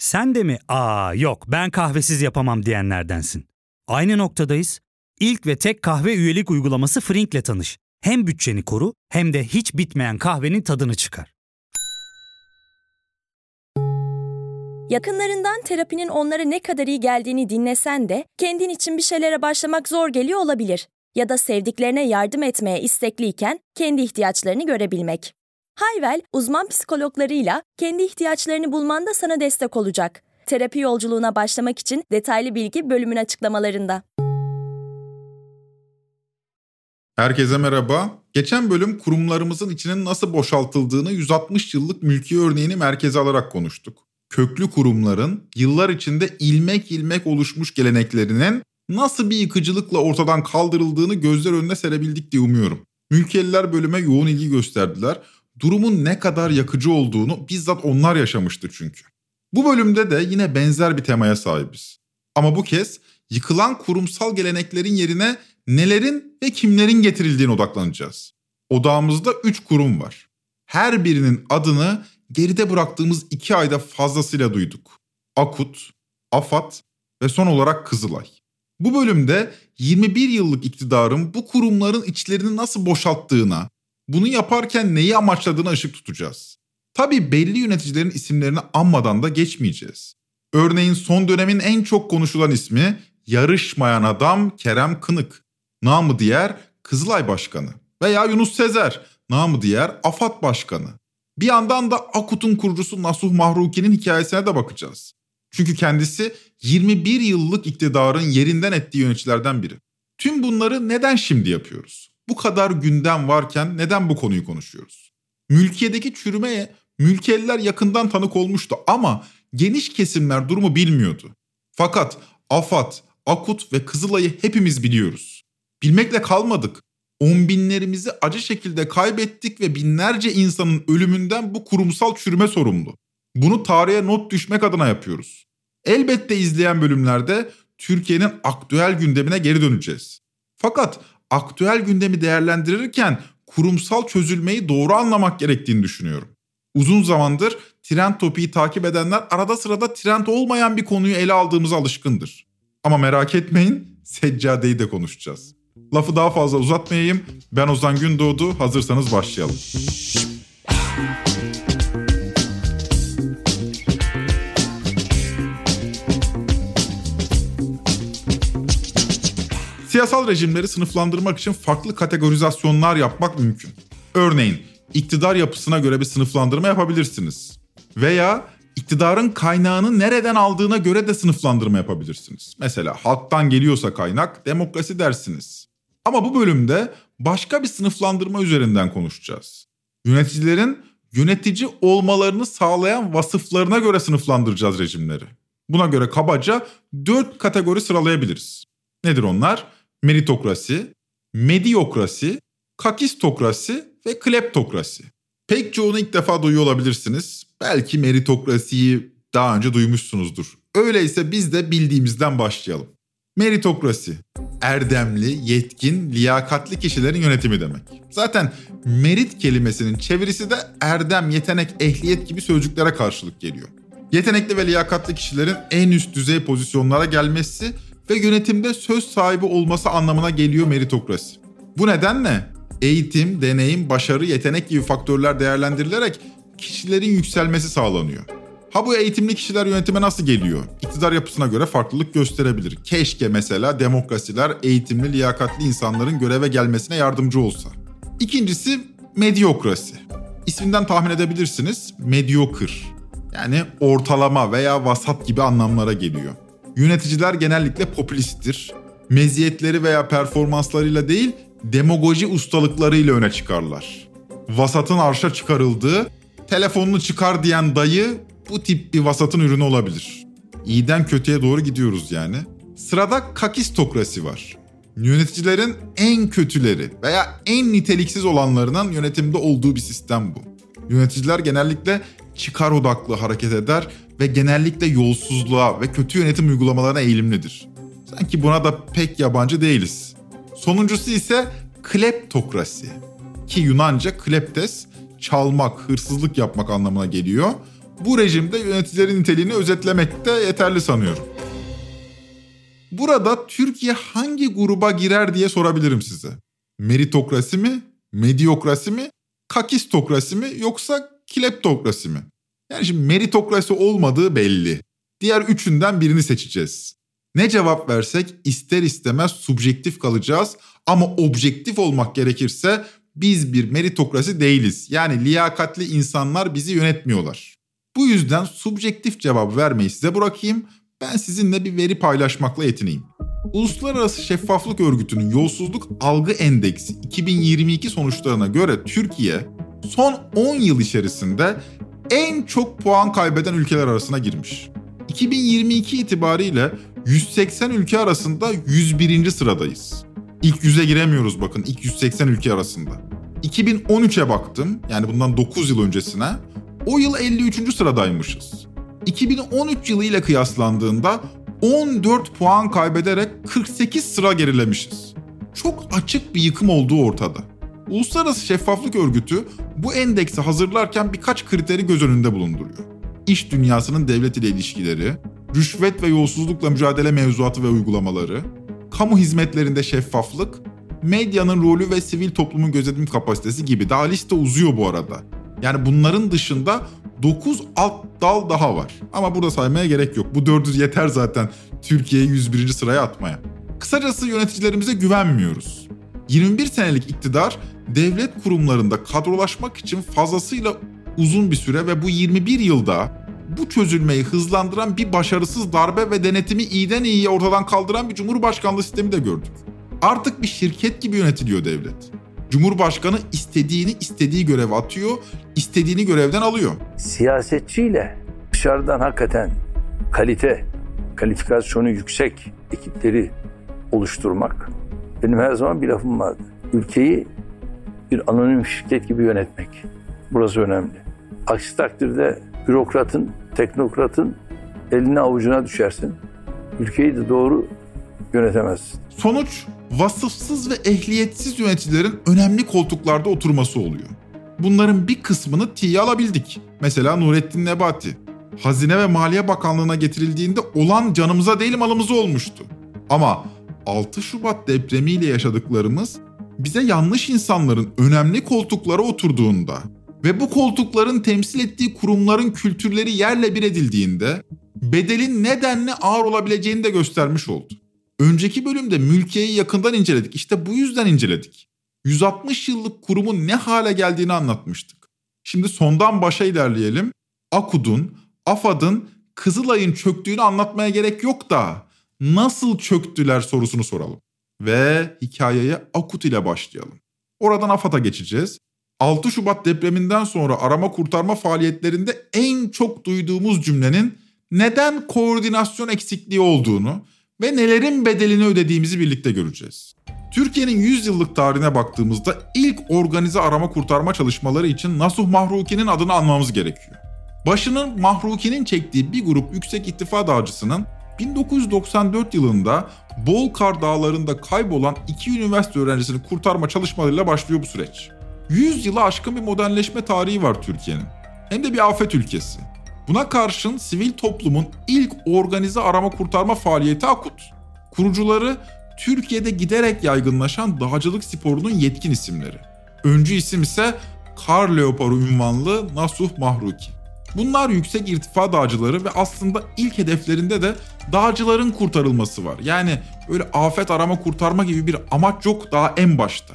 Sen de mi yok ben kahvesiz yapamam diyenlerdensin? Aynı noktadayız. İlk ve tek kahve üyelik uygulaması Frink'le tanış. Hem bütçeni koru hem de hiç bitmeyen kahvenin tadını çıkar. Yakınlarından terapinin onlara ne kadar iyi geldiğini dinlesen de kendin için bir şeylere başlamak zor geliyor olabilir. Ya da sevdiklerine yardım etmeye istekliyken kendi ihtiyaçlarını görebilmek. Hayvel, uzman psikologlarıyla kendi ihtiyaçlarını bulmanda sana destek olacak. Terapi yolculuğuna başlamak için detaylı bilgi bölümün açıklamalarında. Herkese merhaba. Geçen bölüm kurumlarımızın içinin nasıl boşaltıldığını 160 yıllık mülki örneğini merkeze alarak konuştuk. Köklü kurumların yıllar içinde ilmek ilmek oluşmuş geleneklerinin nasıl bir yıkıcılıkla ortadan kaldırıldığını gözler önüne serebildik diye umuyorum. Mülkiyeliler bölüme yoğun ilgi gösterdiler. Durumun ne kadar yakıcı olduğunu bizzat onlar yaşamıştı çünkü. Bu bölümde de yine benzer bir temaya sahibiz. Ama bu kez yıkılan kurumsal geleneklerin yerine nelerin ve kimlerin getirildiğine odaklanacağız. Odağımızda 3 kurum var. Her birinin adını geride bıraktığımız 2 ayda fazlasıyla duyduk. Akut, AFAD ve son olarak Kızılay. Bu bölümde 21 yıllık iktidarın bu kurumların içlerini nasıl boşalttığına, bunu yaparken neyi amaçladığına ışık tutacağız. Tabii belli yöneticilerin isimlerini anmadan da geçmeyeceğiz. Örneğin son dönemin en çok konuşulan ismi yarışmayan adam Kerem Kınık, namı diğer Kızılay Başkanı veya Yunus Sezer, namı diğer AFAD Başkanı. Bir yandan da Akut'un kurucusu Nasuh Mahruki'nin hikayesine de bakacağız. Çünkü kendisi 21 yıllık iktidarın yerinden ettiği yöneticilerden biri. Tüm bunları neden şimdi yapıyoruz? Bu kadar gündem varken neden bu konuyu konuşuyoruz? Mülkiyedeki çürümeye mülkiyeliler yakından tanık olmuştu ama geniş kesimler durumu bilmiyordu. Fakat AFAD, Akut ve Kızılay'ı hepimiz biliyoruz. Bilmekle kalmadık. 10 binlerimizi acı şekilde kaybettik ve binlerce insanın ölümünden bu kurumsal çürüme sorumlu. Bunu tarihe not düşmek adına yapıyoruz. Elbette izleyen bölümlerde Türkiye'nin aktüel gündemine geri döneceğiz. Fakat aktüel gündemi değerlendirirken kurumsal çözülmeyi doğru anlamak gerektiğini düşünüyorum. Uzun zamandır trend topiği takip edenler arada sırada trend olmayan bir konuyu ele aldığımıza alışkındır. Ama merak etmeyin, seccadeyi de konuşacağız. Lafı daha fazla uzatmayayım. Ben Ozan Gündoğdu. Hazırsanız başlayalım. Siyasal rejimleri sınıflandırmak için farklı kategorizasyonlar yapmak mümkün. Örneğin iktidar yapısına göre bir sınıflandırma yapabilirsiniz. Veya iktidarın kaynağını nereden aldığına göre de sınıflandırma yapabilirsiniz. Mesela halktan geliyorsa kaynak demokrasi dersiniz. Ama bu bölümde başka bir sınıflandırma üzerinden konuşacağız. Yöneticilerin yönetici olmalarını sağlayan vasıflarına göre sınıflandıracağız rejimleri. Buna göre kabaca 4 kategori sıralayabiliriz. Nedir onlar? Meritokrasi, medyokrasi, kakistokrasi ve kleptokrasi. Pek çoğunu ilk defa duyuyor olabilirsiniz. Belki meritokrasiyi daha önce duymuşsunuzdur. Öyleyse biz de bildiğimizden başlayalım. Meritokrasi, erdemli, yetkin, liyakatli kişilerin yönetimi demek. Zaten merit kelimesinin çevirisi de erdem, yetenek, ehliyet gibi sözcüklere karşılık geliyor. Yetenekli ve liyakatli kişilerin en üst düzey pozisyonlara gelmesi ve yönetimde söz sahibi olması anlamına geliyor meritokrasi. Bu nedenle eğitim, deneyim, başarı, yetenek gibi faktörler değerlendirilerek kişilerin yükselmesi sağlanıyor. Ha bu eğitimli kişiler yönetime nasıl geliyor? İktidar yapısına göre farklılık gösterebilir. Keşke mesela demokrasiler eğitimli, liyakatli insanların göreve gelmesine yardımcı olsa. İkincisi medyokrasi. İsminden tahmin edebilirsiniz. Mediokır. Yani ortalama veya vasat gibi anlamlara geliyor. Yöneticiler genellikle popülisttir. Meziyetleri veya performanslarıyla değil, demagoji ustalıklarıyla öne çıkarlar. Vasatın arşa çıkarıldığı, telefonunu çıkar diyen dayı bu tip bir vasatın ürünü olabilir. İyiden kötüye doğru gidiyoruz yani. Sırada kakistokrasi var. Yöneticilerin en kötüleri veya en niteliksiz olanlarının yönetimde olduğu bir sistem bu. Yöneticiler genellikle çıkar odaklı hareket eder ve genellikle yolsuzluğa ve kötü yönetim uygulamalarına eğilimlidir. Sanki buna da pek yabancı değiliz. Sonuncusu ise kleptokrasi. Ki Yunanca kleptes, çalmak, hırsızlık yapmak anlamına geliyor. Bu rejimde yöneticilerin niteliğini özetlemek de yeterli sanıyorum. Burada Türkiye hangi gruba girer diye sorabilirim size. Meritokrasi mi, medyokrasi mi, kakistokrasi mi yoksa kleptokrasi mi? Yani şimdi meritokrasi olmadığı belli. Diğer üçünden birini seçeceğiz. Ne cevap versek ister istemez subjektif kalacağız ama objektif olmak gerekirse biz bir meritokrasi değiliz. Yani liyakatli insanlar bizi yönetmiyorlar. Bu yüzden subjektif cevap vermeyi size bırakayım. Ben sizinle bir veri paylaşmakla yetineyim. Uluslararası Şeffaflık Örgütü'nün Yolsuzluk Algı Endeksi 2022 sonuçlarına göre Türkiye son 10 yıl içerisinde en çok puan kaybeden ülkeler arasına girmiş. 2022 itibariyle 180 ülke arasında 101. sıradayız. İlk 100'e giremiyoruz bakın, ilk 180 ülke arasında. 2013'e baktım, yani bundan 9 yıl öncesine. O yıl 53. sıradaymışız. 2013 yılı ile kıyaslandığında 14 puan kaybederek 48 sıra gerilemişiz. Çok açık bir yıkım olduğu ortada. Uluslararası Şeffaflık Örgütü bu endeksi hazırlarken birkaç kriteri göz önünde bulunduruyor. İş dünyasının devlet ile ilişkileri, rüşvet ve yolsuzlukla mücadele mevzuatı ve uygulamaları, kamu hizmetlerinde şeffaflık, medyanın rolü ve sivil toplumun gözetim kapasitesi gibi. Daha liste uzuyor bu arada. Yani bunların dışında 9 alt dal daha var. Ama burada saymaya gerek yok. Bu 400 yeter zaten Türkiye'yi 101. sıraya atmaya. Kısacası yöneticilerimize güvenmiyoruz. 21 senelik iktidar devlet kurumlarında kadrolaşmak için fazlasıyla uzun bir süre ve bu 21 yılda bu çözülmeyi hızlandıran bir başarısız darbe ve denetimi iyiden iyiye ortadan kaldıran bir cumhurbaşkanlığı sistemi de gördük. Artık bir şirket gibi yönetiliyor devlet. Cumhurbaşkanı istediği göreve atıyor, istediğini görevden alıyor. Siyasetçiyle dışarıdan hakikaten kalifikasyonu yüksek ekipleri oluşturmak, benim her zaman bir lafım vardı. Ülkeyi bir anonim şirket gibi yönetmek. Burası önemli. Aksi takdirde bürokratın, teknokratın eline avucuna düşersin. Ülkeyi de doğru yönetemezsin. Sonuç, vasıfsız ve ehliyetsiz yöneticilerin önemli koltuklarda oturması oluyor. Bunların bir kısmını tiye alabildik. Mesela Nurettin Nebati. Hazine ve Maliye Bakanlığı'na getirildiğinde olan canımıza değil malımıza olmuştu. Ama 6 Şubat depremiyle yaşadıklarımız bize yanlış insanların önemli koltuklara oturduğunda ve bu koltukların temsil ettiği kurumların kültürleri yerle bir edildiğinde bedelin nedenle ağır olabileceğini de göstermiş oldu. Önceki bölümde mülkiyeyi yakından inceledik. İşte bu yüzden inceledik. 160 yıllık kurumun ne hale geldiğini anlatmıştık. Şimdi sondan başa ilerleyelim. AKUD'un, AFAD'ın, Kızılay'ın çöktüğünü anlatmaya gerek yok da nasıl çöktüler sorusunu soralım. Ve hikayeye AKUD ile başlayalım. Oradan AFAD'a geçeceğiz. 6 Şubat depreminden sonra arama kurtarma faaliyetlerinde en çok duyduğumuz cümlenin neden koordinasyon eksikliği olduğunu ve nelerin bedelini ödediğimizi birlikte göreceğiz. Türkiye'nin 100 yıllık tarihine baktığımızda ilk organize arama kurtarma çalışmaları için Nasuh Mahruki'nin adını anmamız gerekiyor. Başının Mahruki'nin çektiği bir grup Yüksek İttifa Dağcısı'nın 1994 yılında Bolkar Dağları'nda kaybolan 2 üniversite öğrencisini kurtarma çalışmalarıyla başlıyor bu süreç. 100 yılı aşkın bir modernleşme tarihi var Türkiye'nin. Hem de bir afet ülkesi. Buna karşın sivil toplumun ilk organize arama kurtarma faaliyeti AKUD. Kurucuları Türkiye'de giderek yaygınlaşan dağcılık sporunun yetkin isimleri. Öncü isim ise Kar Leoparı unvanlı Nasuh Mahruki. Bunlar yüksek irtifa dağcıları ve aslında ilk hedeflerinde de dağcıların kurtarılması var. Yani öyle afet arama kurtarma gibi bir amaç yok daha en başta.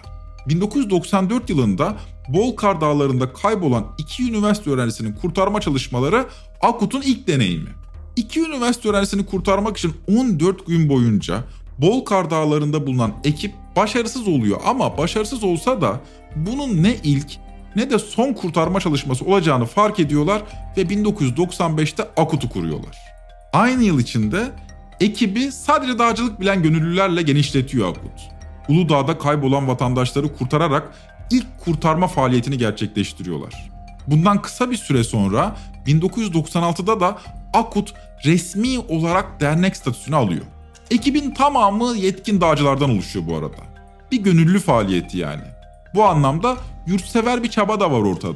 1994 yılında Bolkar Dağları'nda kaybolan 2 üniversite öğrencisinin kurtarma çalışmaları AKUD'un ilk deneyimi. 2 üniversite öğrencisini kurtarmak için 14 gün boyunca Bolkar Dağları'nda bulunan ekip başarısız oluyor ama başarısız olsa da bunun ne ilk ne de son kurtarma çalışması olacağını fark ediyorlar ve 1995'te AKUD'u kuruyorlar. Aynı yıl içinde ekibi sadece dağcılık bilen gönüllülerle genişletiyor AKUD. Uludağ'da kaybolan vatandaşları kurtararak ilk kurtarma faaliyetini gerçekleştiriyorlar. Bundan kısa bir süre sonra 1996'da da AKUD resmi olarak dernek statüsünü alıyor. Ekibin tamamı yetkin dağcılardan oluşuyor bu arada. Bir gönüllü faaliyeti yani. Bu anlamda yurtsever bir çaba da var ortada.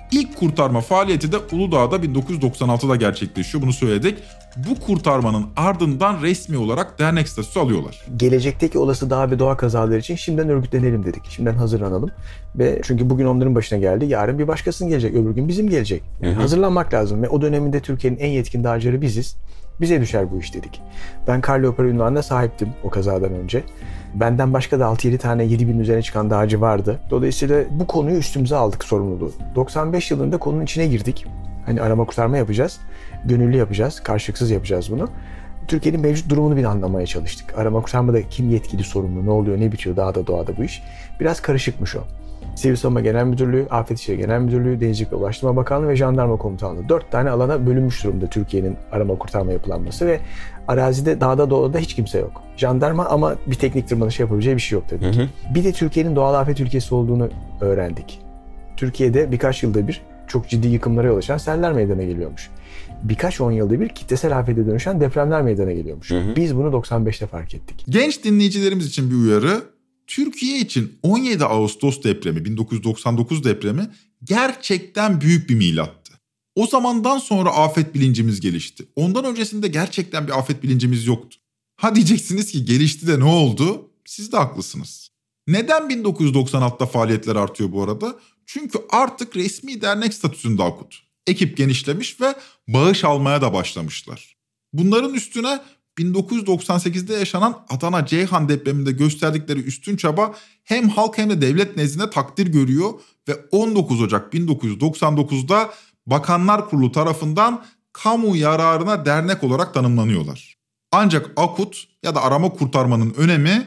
İlk kurtarma faaliyeti de Uludağ'da 1996'da gerçekleşiyor. Bunu söyledik. Bu kurtarmanın ardından resmi olarak dernek statüsü alıyorlar. Gelecekteki olası dağ ve doğa kazaları için şimdiden örgütlenelim dedik. Şimdiden hazırlanalım. Ve çünkü bugün onların başına geldi. Yarın bir başkasının gelecek. Öbür gün bizim gelecek. Hazırlanmak lazım. Ve o döneminde Türkiye'nin en yetkin dağcıları biziz. Bize düşer bu iş dedik. Ben Kar Leoparı ünvanına sahiptim o kazadan önce. Benden başka da 6-7 tane 7.000'in üzerine çıkan dağcı vardı. Dolayısıyla bu konuyu üstümüze aldık, sorumluluğu. 95 yılında konunun içine girdik. Hani arama kurtarma yapacağız. Gönüllü yapacağız. Karşılıksız yapacağız bunu. Türkiye'nin mevcut durumunu bir anlamaya çalıştık. Arama kurtarmada kim yetkili, sorumlu, ne oluyor, ne bitiyor dağda doğada bu iş. Biraz karışıkmış o. Sivil Savunma Genel Müdürlüğü, Afet İşleri Genel Müdürlüğü, Denizcilik ve Ulaştırma Bakanlığı ve Jandarma Komutanlığı. 4 tane alana bölünmüş durumda Türkiye'nin arama kurtarma yapılanması ve arazide dağda doğada hiç kimse yok. Jandarma ama bir teknik tırmanışı yapabileceği bir şey yok tabii ki. Bir de Türkiye'nin doğal afet ülkesi olduğunu öğrendik. Türkiye'de birkaç yılda bir çok ciddi yıkımlara yol açan seller meydana geliyormuş. Birkaç 10 yılda bir kitlesel afete dönüşen depremler meydana geliyormuş. Biz bunu 95'te fark ettik. Genç dinleyicilerimiz için bir uyarı. Türkiye için 17 Ağustos depremi, 1999 depremi gerçekten büyük bir milattı. O zamandan sonra afet bilincimiz gelişti. Ondan öncesinde gerçekten bir afet bilincimiz yoktu. Ha diyeceksiniz ki gelişti de ne oldu? Siz de haklısınız. Neden 1996'da faaliyetler artıyor bu arada? Çünkü artık resmi dernek statüsünde AKUT. Ekip genişlemiş ve bağış almaya da başlamışlar. Bunların üstüne 1998'de yaşanan Adana Ceyhan depreminde gösterdikleri üstün çaba hem halk hem de devlet nezdinde takdir görüyor ve 19 Ocak 1999'da Bakanlar Kurulu tarafından kamu yararına dernek olarak tanımlanıyorlar. Ancak AKUT ya da arama kurtarmanın önemi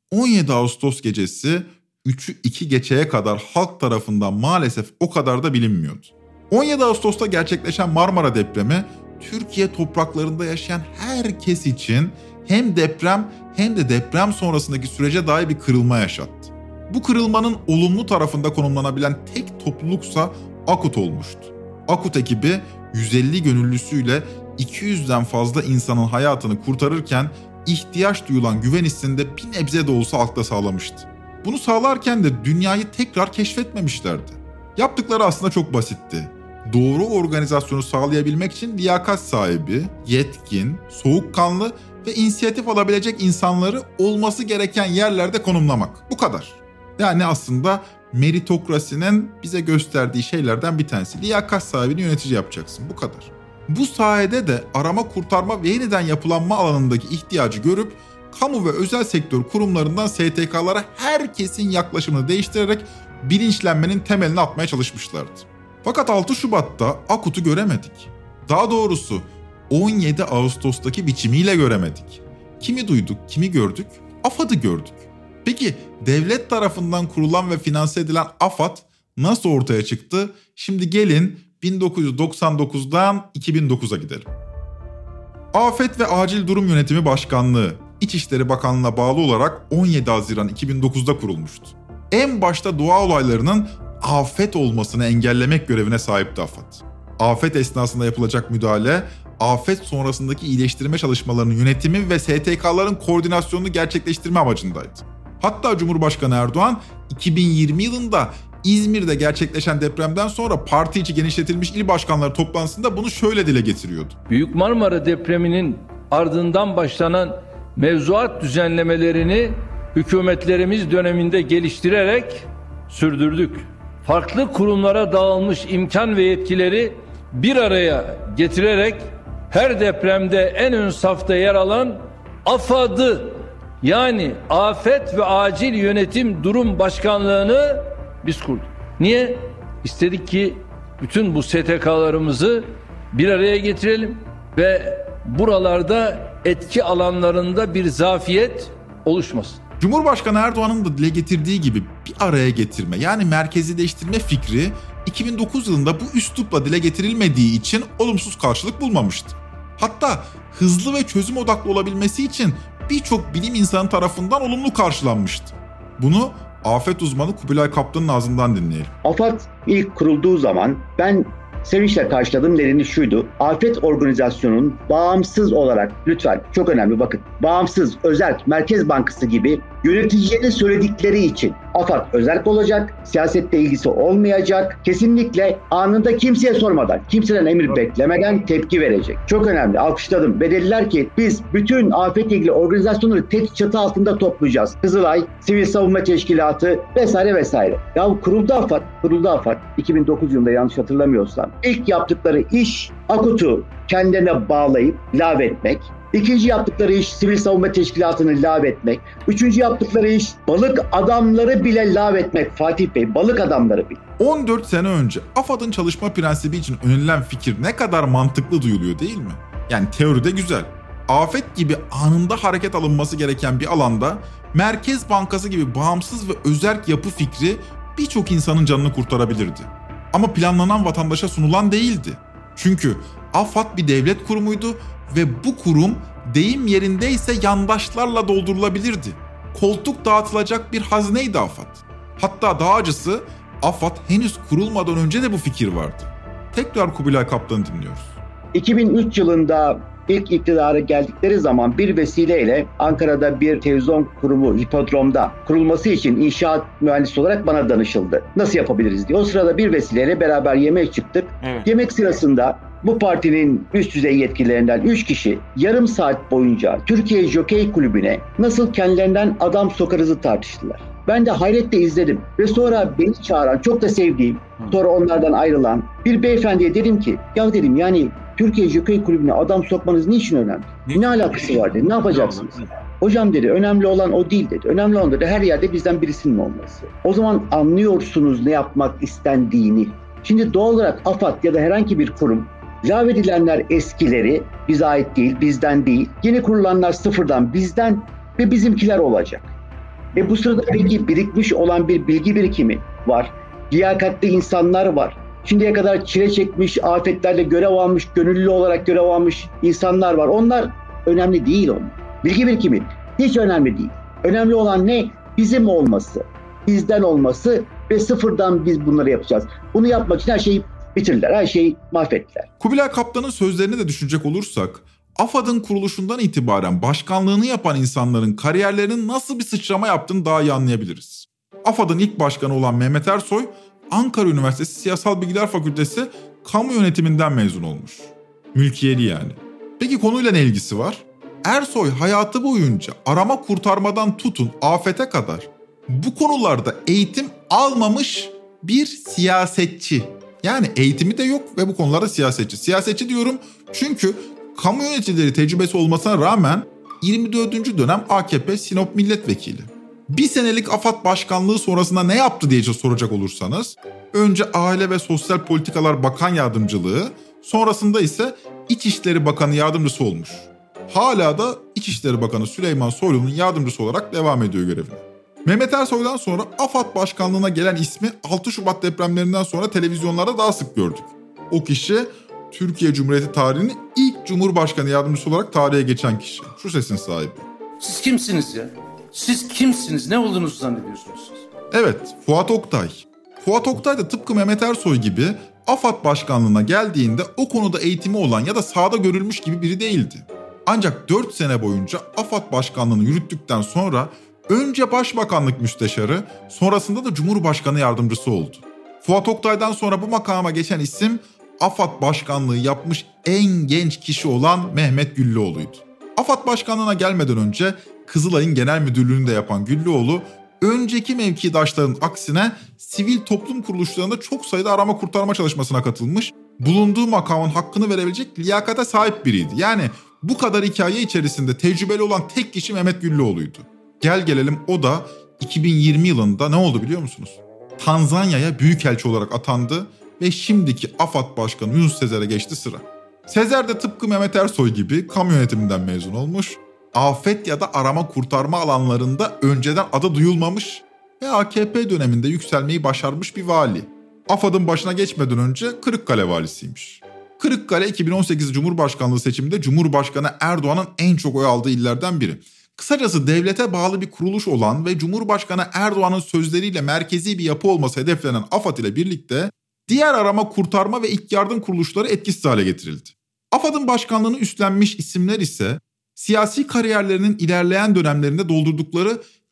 17 Ağustos gecesi 3'ü 2 geçeye kadar halk tarafından maalesef o kadar da bilinmiyordu. 17 Ağustos'ta gerçekleşen Marmara depremi Türkiye topraklarında yaşayan herkes için hem deprem hem de deprem sonrasındaki sürece dair bir kırılma yaşattı. Bu kırılmanın olumlu tarafında konumlanabilen tek topluluksa AKUT olmuştu. AKUT ekibi 150 gönüllüsüyle 200'den fazla insanın hayatını kurtarırken ihtiyaç duyulan güven hissini de bir nebze de olsa halkta sağlamıştı. Bunu sağlarken de dünyayı tekrar keşfetmemişlerdi. Yaptıkları aslında çok basitti. Doğru organizasyonu sağlayabilmek için liyakat sahibi, yetkin, soğukkanlı ve inisiyatif alabilecek insanları olması gereken yerlerde konumlamak. Bu kadar. Yani aslında meritokrasinin bize gösterdiği şeylerden bir tanesi. Liyakat sahibini yönetici yapacaksın. Bu kadar. Bu sayede de arama, kurtarma ve yeniden yapılanma alanındaki ihtiyacı görüp kamu ve özel sektör kurumlarından STK'lara herkesin yaklaşımını değiştirerek bilinçlenmenin temelini atmaya çalışmışlardı. Fakat 6 Şubat'ta AKUT'u göremedik. Daha doğrusu 17 Ağustos'taki biçimiyle göremedik. Kimi duyduk, kimi gördük? AFAD'ı gördük. Peki devlet tarafından kurulan ve finanse edilen AFAD nasıl ortaya çıktı? Şimdi gelin 1999'dan 2009'a gidelim. Afet ve Acil Durum Yönetimi Başkanlığı, İçişleri Bakanlığı'na bağlı olarak 17 Haziran 2009'da kurulmuştu. En başta doğa olaylarının afet olmasını engellemek görevine sahipti AFAD. Afet esnasında yapılacak müdahale, afet sonrasındaki iyileştirme çalışmalarının yönetimi ve STK'ların koordinasyonunu gerçekleştirme amacındaydı. Hatta Cumhurbaşkanı Erdoğan 2020 yılında İzmir'de gerçekleşen depremden sonra parti içi genişletilmiş il başkanları toplantısında bunu şöyle dile getiriyordu. Büyük Marmara depreminin ardından başlanan mevzuat düzenlemelerini hükümetlerimiz döneminde geliştirerek sürdürdük. Farklı kurumlara dağılmış imkan ve yetkileri bir araya getirerek her depremde en ön safta yer alan AFAD'ı yani Afet ve Acil Yönetim Durum Başkanlığı'nı biz kurduk. Niye? İstedik ki bütün bu STK'larımızı bir araya getirelim ve buralarda etki alanlarında bir zafiyet oluşmasın. Cumhurbaşkanı Erdoğan'ın da dile getirdiği gibi bir araya getirme yani merkezileştirme fikri 2009 yılında bu üslupla dile getirilmediği için olumsuz karşılık bulmamıştı. Hatta hızlı ve çözüm odaklı olabilmesi için birçok bilim insanı tarafından olumlu karşılanmıştı. Bunu afet uzmanı Kubilay Kaptan'ın ağzından dinleyelim. AFAD ilk kurulduğu zaman ben sevinçle karşıladığım nedeni şuydu. Afet organizasyonunun bağımsız olarak, lütfen çok önemli bakın, bağımsız, özerk, Merkez Bankası gibi Yöneticilerin söyledikleri için AFAD özerk olacak, siyasette ilgisi olmayacak, kesinlikle anında kimseye sormadan, kimseden emir beklemeden tepki verecek. Çok önemli, alkışladım ve dediler ki biz bütün afetle ilgili organizasyonları tek çatı altında toplayacağız. Kızılay, Sivil Savunma Teşkilatı vesaire vesaire. Ya kuruldu AFAD 2009 yılında yanlış hatırlamıyorsam. İlk yaptıkları iş AKUT'u kendilerine bağlayıp lağvetmek. İkinci yaptıkları iş Sivil Savunma Teşkilatı'nı lağvetmek. Üçüncü yaptıkları iş balık adamları bile lağvetmek Fatih Bey, balık adamları bile. 14 sene önce AFAD'ın çalışma prensibi için önerilen fikir ne kadar mantıklı duyuluyor değil mi? Yani teoride güzel. Afet gibi anında hareket alınması gereken bir alanda Merkez Bankası gibi bağımsız ve özerk yapı fikri birçok insanın canını kurtarabilirdi. Ama planlanan vatandaşa sunulan değildi. Çünkü AFAD bir devlet kurumuydu ve bu kurum deyim yerindeyse yandaşlarla doldurulabilirdi. Koltuk dağıtılacak bir hazineydi AFAD. Hatta daha acısı AFAD henüz kurulmadan önce de bu fikir vardı. Tekrar Kubilay Kaptan'ı dinliyoruz. 2003 yılında ilk iktidara geldikleri zaman bir vesileyle Ankara'da bir televizyon kurumu Hipodrom'da kurulması için inşaat mühendisi olarak bana danışıldı. Nasıl yapabiliriz diye. O sırada bir vesileyle beraber yemeğe çıktık. Evet. Yemek sırasında bu partinin üst düzey yetkililerinden 3 kişi yarım saat boyunca Türkiye Jokey Kulübü'ne nasıl kendilerinden adam sokarızı tartıştılar. Ben de hayretle izledim ve sonra beni çağıran, çok da sevdiğim, sonra onlardan ayrılan bir beyefendiye dedim ki, ya dedim yani Türkiye Jokey Kulübü'ne adam sokmanız niçin önemli? Ne alakası var dedi, ne yapacaksınız? Hocam dedi, önemli olan o değil dedi. Önemli olan dedi, her yerde bizden birisinin olması. O zaman anlıyorsunuz ne yapmak istendiğini. Şimdi doğal olarak AFAD ya da herhangi bir kurum, lağvedilenler eskileri, bize ait değil, bizden değil. Yeni kurulanlar sıfırdan bizden ve bizimkiler olacak. Bu sırada peki birikmiş olan bir bilgi birikimi var. Liyakatli insanlar var. Şimdiye kadar çile çekmiş, afetlerde görev almış, gönüllü olarak görev almış insanlar var. Onlar önemli değil onlar. Bilgi birikimi hiç önemli değil. Önemli olan ne? Bizim olması, bizden olması ve sıfırdan biz bunları yapacağız. Bunu yapmak için her şeyi bitirdiler, her şeyi mahvettiler. Kubilay Kaptan'ın sözlerini de düşünecek olursak, AFAD'ın kuruluşundan itibaren başkanlığını yapan insanların kariyerlerinin nasıl bir sıçrama yaptığını daha iyi anlayabiliriz. AFAD'ın ilk başkanı olan Mehmet Ersoy, Ankara Üniversitesi Siyasal Bilgiler Fakültesi Kamu Yönetiminden mezun olmuş. Mülkiyeli yani. Peki konuyla ne ilgisi var? Ersoy hayatı boyunca arama kurtarmadan tutun afete kadar bu konularda eğitim almamış bir siyasetçi. Yani eğitimi de yok ve bu konularda siyasetçi. Siyasetçi diyorum çünkü kamu yöneticileri tecrübesi olmasına rağmen 24. dönem AKP Sinop Milletvekili. Bir senelik AFAD başkanlığı sonrasında ne yaptı diye soracak olursanız, önce Aile ve Sosyal Politikalar Bakan Yardımcılığı, sonrasında ise İçişleri Bakanı Yardımcısı olmuş. Hala da İçişleri Bakanı Süleyman Soylu'nun yardımcısı olarak devam ediyor görevine. Mehmet Ersoy'dan sonra AFAD başkanlığına gelen ismi 6 Şubat depremlerinden sonra televizyonlarda daha sık gördük. O kişi Türkiye Cumhuriyeti tarihinin ilk Cumhurbaşkanı yardımcısı olarak tarihe geçen kişi. Şu sesin sahibi. Siz kimsiniz ya? Siz kimsiniz? Ne olduğunuzu zannediyorsunuz siz? Evet, Fuat Oktay. Fuat Oktay da tıpkı Mehmet Ersoy gibi AFAD başkanlığına geldiğinde o konuda eğitimi olan ya da sahada görülmüş gibi biri değildi. Ancak 4 sene boyunca AFAD başkanlığını yürüttükten sonra önce Başbakanlık Müsteşarı, sonrasında da Cumhurbaşkanı Yardımcısı oldu. Fuat Oktay'dan sonra bu makama geçen isim AFAD başkanlığı yapmış en genç kişi olan Mehmet Güllüoğlu'ydu. AFAD başkanlığına gelmeden önce Kızılay'ın genel müdürlüğünü de yapan Güllüoğlu, önceki mevkidaşların aksine sivil toplum kuruluşlarında çok sayıda arama kurtarma çalışmasına katılmış, bulunduğu makamın hakkını verebilecek liyakate sahip biriydi. Yani bu kadar hikaye içerisinde tecrübeli olan tek kişi Mehmet Güllüoğlu'ydu. Gel gelelim o da 2020 yılında ne oldu biliyor musunuz? Tanzanya'ya büyükelçi olarak atandı ve şimdiki AFAD Başkanı Yunus Sezer'e geçti sıra. Sezer de tıpkı Mehmet Ersoy gibi kamu yönetiminden mezun olmuş, afet ya da arama kurtarma alanlarında önceden adı duyulmamış ve AKP döneminde yükselmeyi başarmış bir vali. AFAD'ın başına geçmeden önce Kırıkkale valisiymiş. Kırıkkale 2018 Cumhurbaşkanlığı seçiminde Cumhurbaşkanı Erdoğan'ın en çok oy aldığı illerden biri. Kısacası devlete bağlı bir kuruluş olan ve Cumhurbaşkanı Erdoğan'ın sözleriyle merkezi bir yapı olması hedeflenen AFAD ile birlikte diğer arama, kurtarma ve ilk yardım kuruluşları etkisiz hale getirildi. AFAD'ın başkanlığını üstlenmiş isimler ise siyasi kariyerlerinin ilerleyen dönemlerinde doldurdukları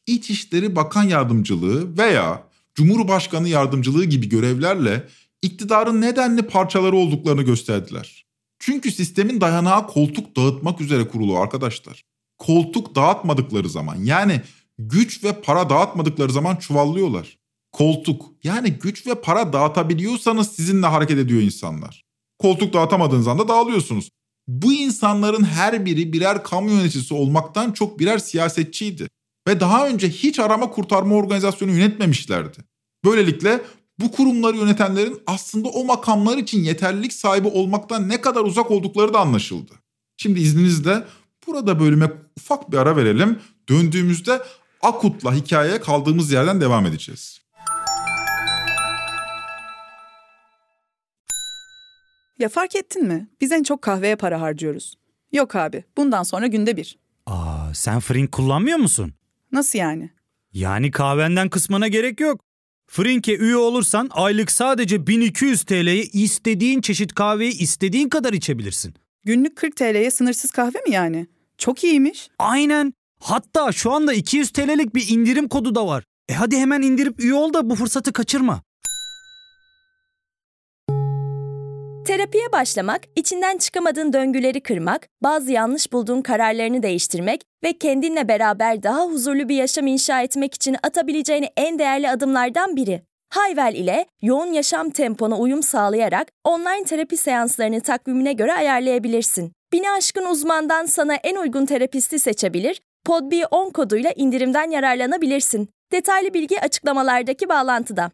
İçişleri Bakan Yardımcılığı veya Cumhurbaşkanı Yardımcılığı gibi görevlerle iktidarın nedenli parçaları olduklarını gösterdiler. Çünkü sistemin dayanağı koltuk dağıtmak üzere kurulu arkadaşlar. Koltuk dağıtmadıkları zaman, yani güç ve para dağıtmadıkları zaman çuvallıyorlar. Koltuk, yani güç ve para dağıtabiliyorsanız sizinle hareket ediyor insanlar. Koltuk dağıtamadığınız anda dağılıyorsunuz. Bu insanların her biri birer kamu yöneticisi olmaktan çok birer siyasetçiydi. Ve daha önce hiç arama kurtarma organizasyonu yönetmemişlerdi. Böylelikle bu kurumları yönetenlerin aslında o makamlar için yeterlilik sahibi olmaktan ne kadar uzak oldukları da anlaşıldı. Şimdi izninizle burada bölüme ufak bir ara verelim. Döndüğümüzde Akut'la hikayeye kaldığımız yerden devam edeceğiz. Ya fark ettin mi? Biz en çok kahveye para harcıyoruz. Yok abi, bundan sonra günde bir. Sen Frink kullanmıyor musun? Nasıl yani? Yani kahvenden kısmına gerek yok. Frink'e üye olursan aylık sadece 1200 TL'ye istediğin çeşit kahveyi istediğin kadar içebilirsin. Günlük 40 TL'ye sınırsız kahve mi yani? Çok iyiymiş. Aynen. Hatta şu anda 200 TL'lik bir indirim kodu da var. Hadi hemen indirip üye ol da bu fırsatı kaçırma. Terapiye başlamak, içinden çıkamadığın döngüleri kırmak, bazı yanlış bulduğun kararlarını değiştirmek ve kendinle beraber daha huzurlu bir yaşam inşa etmek için atabileceğin en değerli adımlardan biri. Hayvel ile yoğun yaşam tempona uyum sağlayarak online terapi seanslarını takvimine göre ayarlayabilirsin. 1000'i aşkın uzmandan sana en uygun terapisti seçebilir, PODB10 koduyla indirimden yararlanabilirsin. Detaylı bilgi açıklamalardaki bağlantıda.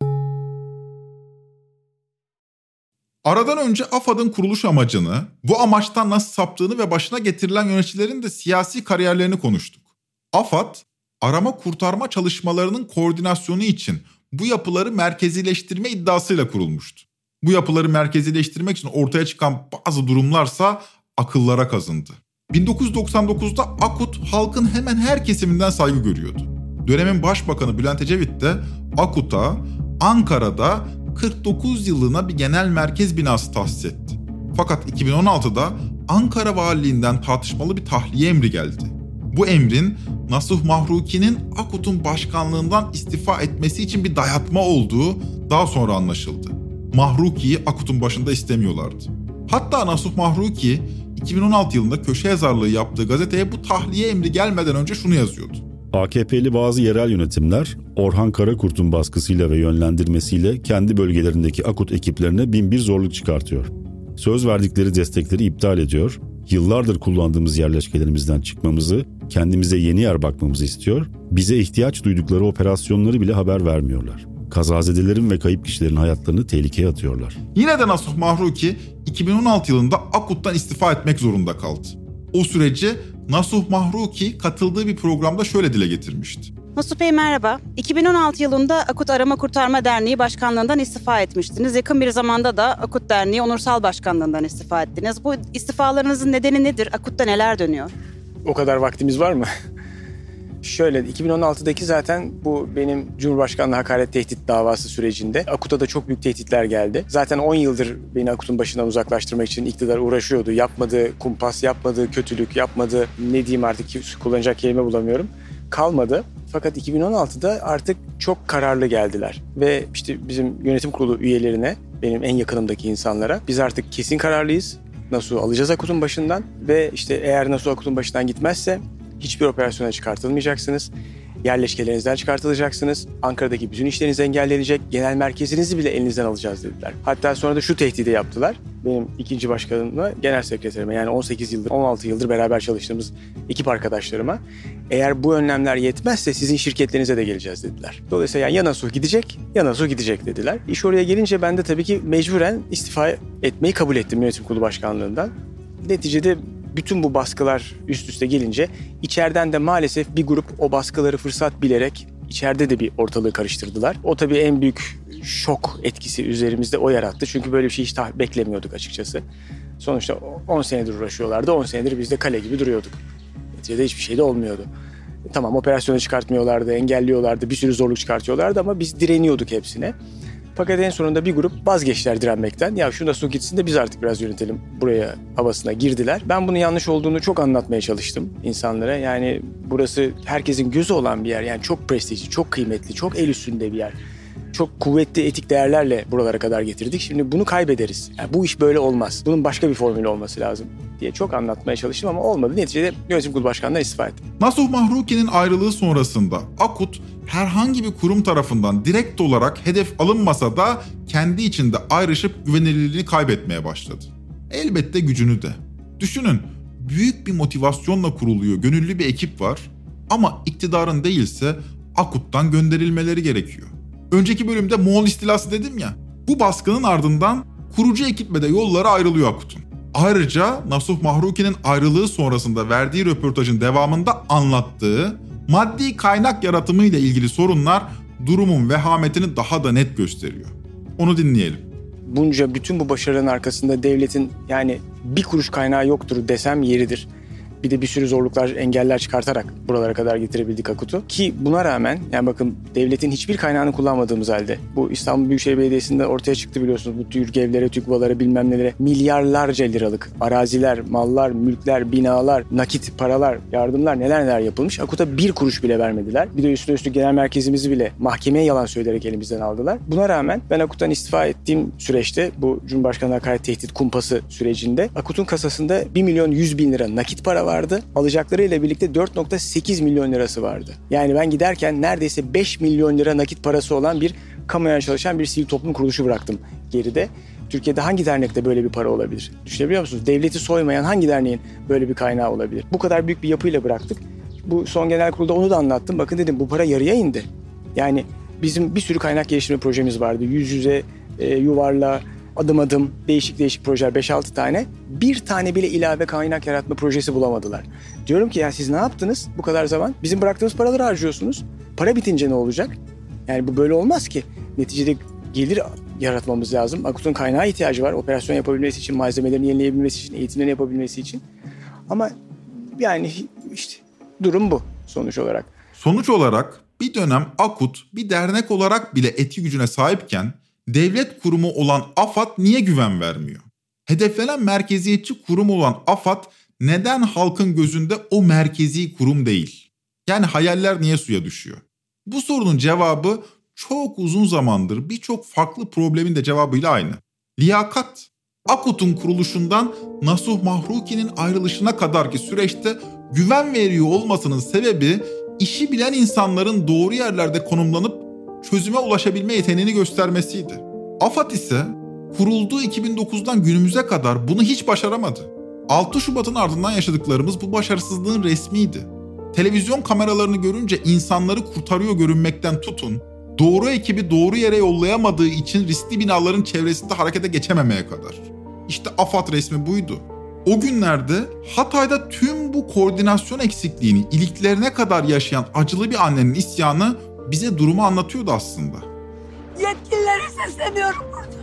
Aradan önce AFAD'ın kuruluş amacını, bu amaçtan nasıl saptığını ve başına getirilen yöneticilerin de siyasi kariyerlerini konuştuk. AFAD, arama kurtarma çalışmalarının koordinasyonu için bu yapıları merkezileştirme iddiasıyla kurulmuştu. Bu yapıları merkezileştirmek için ortaya çıkan bazı durumlarsa akıllara kazındı. 1999'da Akut halkın hemen her kesiminden saygı görüyordu. Dönemin Başbakanı Bülent Ecevit de Akut'a Ankara'da 49 yıllığına bir genel merkez binası tahsis etti. Fakat 2016'da Ankara Valiliğinden tartışmalı bir tahliye emri geldi. Bu emrin Nasuh Mahruki'nin Akut'un başkanlığından istifa etmesi için bir dayatma olduğu daha sonra anlaşıldı. Mahruki'yi Akut'un başında istemiyorlardı. Hatta Nasuh Mahruki 2016 yılında köşe yazarlığı yaptığı gazeteye bu tahliye emri gelmeden önce şunu yazıyordu. AKP'li bazı yerel yönetimler Orhan Karakurt'un baskısıyla ve yönlendirmesiyle kendi bölgelerindeki Akut ekiplerine binbir zorluk çıkartıyor. Söz verdikleri destekleri iptal ediyor, yıllardır kullandığımız yerleşkelerimizden çıkmamızı, kendimize yeni yer bakmamızı istiyor, bize ihtiyaç duydukları operasyonları bile haber vermiyorlar. Kazazedelerin ve kayıp kişilerin hayatlarını tehlikeye atıyorlar. Yine de Nasuh Mahruki 2016 yılında Akut'tan istifa etmek zorunda kaldı. O süreci Nasuh Mahruki katıldığı bir programda şöyle dile getirmişti. Nasuh Bey merhaba. 2016 yılında Akut Arama Kurtarma Derneği Başkanlığından istifa etmiştiniz. Yakın bir zamanda da Akut Derneği Onursal Başkanlığından istifa ettiniz. Bu istifalarınızın nedeni nedir? Akut'ta neler dönüyor? O kadar vaktimiz var mı? Şöyle 2016'daki zaten bu benim Cumhurbaşkanlığı hakaret tehdit davası sürecinde Akut'a da çok büyük tehditler geldi. Zaten 10 yıldır beni Akut'un başından uzaklaştırmak için iktidar uğraşıyordu. Yapmadığı kumpas, yapmadığı kötülük, yapmadığı ne diyeyim artık kullanacak kelime bulamıyorum. Kalmadı. Fakat 2016'da artık çok kararlı geldiler. Ve işte bizim yönetim kurulu üyelerine, benim en yakınımdaki insanlara biz artık kesin kararlıyız. Nasuh'u alacağız Akut'un başından ve işte eğer Nasuh Akut'un başından gitmezse hiçbir operasyona çıkartılmayacaksınız. Yerleşkelerinizden çıkartılacaksınız. Ankara'daki bütün işleriniz engellenecek. Genel merkezinizi bile elinizden alacağız dediler. Hatta sonra da şu tehdidi yaptılar. Benim ikinci başkanımla genel sekreterime, yani 18 yıldır, 16 yıldır beraber çalıştığımız ekip arkadaşlarıma, eğer bu önlemler yetmezse sizin şirketlerinize de geleceğiz dediler. Dolayısıyla ya Nasuh gidecek ya Nasuh gidecek dediler. İş oraya gelince ben de tabii ki mecburen istifa etmeyi kabul ettim yönetim kurulu başkanlığından. Neticede bütün bu baskılar üst üste gelince içeriden de maalesef bir grup o baskıları fırsat bilerek içeride de bir ortalığı karıştırdılar. O tabii en büyük şok etkisi üzerimizde o yarattı. Çünkü böyle bir şey hiç beklemiyorduk açıkçası. Sonuçta 10 senedir uğraşıyorlardı. 10 senedir biz de kale gibi duruyorduk. Neticede hiçbir şey de olmuyordu. Tamam, operasyonu çıkartmıyorlardı, engelliyorlardı, bir sürü zorluk çıkartıyorlardı ama biz direniyorduk hepsine. Fakat en sonunda bir grup vazgeçtiler direnmekten. Ya şuna su gitsin de biz artık biraz yönetelim buraya havasına girdiler. Ben bunun yanlış olduğunu çok anlatmaya çalıştım insanlara. Yani burası herkesin gözü olan bir yer. Yani çok prestijli, çok kıymetli, çok el üstünde bir yer. Çok kuvvetli etik değerlerle buralara kadar getirdik. Şimdi bunu kaybederiz. Yani bu iş böyle olmaz. Bunun başka bir formülü olması lazım diye çok anlatmaya çalıştım ama olmadı. Neticede yönetim kurulu başkanından istifa ettim. Nasuh Mahruki'nin ayrılığı sonrasında Akut herhangi bir kurum tarafından direkt olarak hedef alınmasa da kendi içinde ayrışıp güvenilirliğini kaybetmeye başladı. Elbette gücünü de. Düşünün, büyük bir motivasyonla kuruluyor, gönüllü bir ekip var ama iktidarın değilse Akut'tan gönderilmeleri gerekiyor. Önceki bölümde Moğol istilası dedim ya, bu baskının ardından kurucu ekiple de yolları ayrılıyor Akut'un. Ayrıca Nasuh Mahruki'nin ayrılığı sonrasında verdiği röportajın devamında anlattığı maddi kaynak yaratımıyla ilgili sorunlar durumun vehametini daha da net gösteriyor. Onu dinleyelim. Bütün bu başarının arkasında devletin yani bir kuruş kaynağı yoktur desem yeridir. Bir de bir sürü zorluklar, engeller çıkartarak buralara kadar getirebildik Akut'u. Ki buna rağmen yani bakın devletin hiçbir kaynağını kullanmadığımız halde bu İstanbul Büyükşehir Belediyesi'nde ortaya çıktı biliyorsunuz. Bu TÜRK evlere, TÜGVA'lara bilmem nelere milyarlarca liralık araziler, mallar, mülkler, binalar, nakit paralar, yardımlar neler yapılmış. Akut'a bir kuruş bile vermediler. Bir de üstüne üstlük genel merkezimizi bile mahkemeye yalan söyleyerek elimizden aldılar. Buna rağmen ben Akut'tan istifa ettiğim süreçte bu Cumhurbaşkanı hakaret tehdit kumpası sürecinde Akut'un kasasında 1.100.000 lira nakit para vardı. Alacaklarıyla birlikte 4.8 milyon lirası vardı. Yani ben giderken neredeyse 5 milyon lira nakit parası olan bir kamuya çalışan bir sivil toplum kuruluşu bıraktım geride. Türkiye'de hangi dernekte böyle bir para olabilir? Düşünebiliyor musunuz? Devleti soymayan hangi derneğin böyle bir kaynağı olabilir? Bu kadar büyük bir yapıyla bıraktık. Bu son genel kurulda onu da anlattım. Bakın dedim bu para yarıya indi. Yani bizim bir sürü kaynak geliştirme projemiz vardı. Yüz yüze, yuvarla, adım adım değişik projeler 5-6 tane. Bir tane bile ilave kaynak yaratma projesi bulamadılar. Diyorum ki ya siz ne yaptınız bu kadar zaman? Bizim bıraktığımız paraları harcıyorsunuz. Para bitince ne olacak? Yani bu böyle olmaz ki. Neticede gelir yaratmamız lazım. Akut'un kaynağa ihtiyacı var. Operasyon yapabilmesi için, malzemelerini yenileyebilmesi için, eğitimlerini yapabilmesi için. Ama yani işte durum bu sonuç olarak. Sonuç olarak bir dönem Akut bir dernek olarak bile etki gücüne sahipken devlet kurumu olan AFAD niye güven vermiyor? Hedeflenen merkeziyetçi kurum olan AFAD neden halkın gözünde o merkezi kurum değil? Yani hayaller niye suya düşüyor? Bu sorunun cevabı çok uzun zamandır birçok farklı problemin de cevabıyla aynı. Liyakat. Akut'un kuruluşundan Nasuh Mahruki'nin ayrılışına kadarki süreçte güven veriyor olmasının sebebi işi bilen insanların doğru yerlerde konumlanıp çözüme ulaşabilme yeteneğini göstermesiydi. AFAD ise kurulduğu 2009'dan günümüze kadar bunu hiç başaramadı. 6 Şubat'ın ardından yaşadıklarımız bu başarısızlığın resmiydi. Televizyon kameralarını görünce insanları kurtarıyor görünmekten tutun, doğru ekibi doğru yere yollayamadığı için riskli binaların çevresinde harekete geçememeye kadar. İşte AFAD resmi buydu. O günlerde Hatay'da tüm bu koordinasyon eksikliğini iliklerine kadar yaşayan acılı bir annenin isyanı bize durumu anlatıyordu aslında. Yetkililere sesleniyorum burada.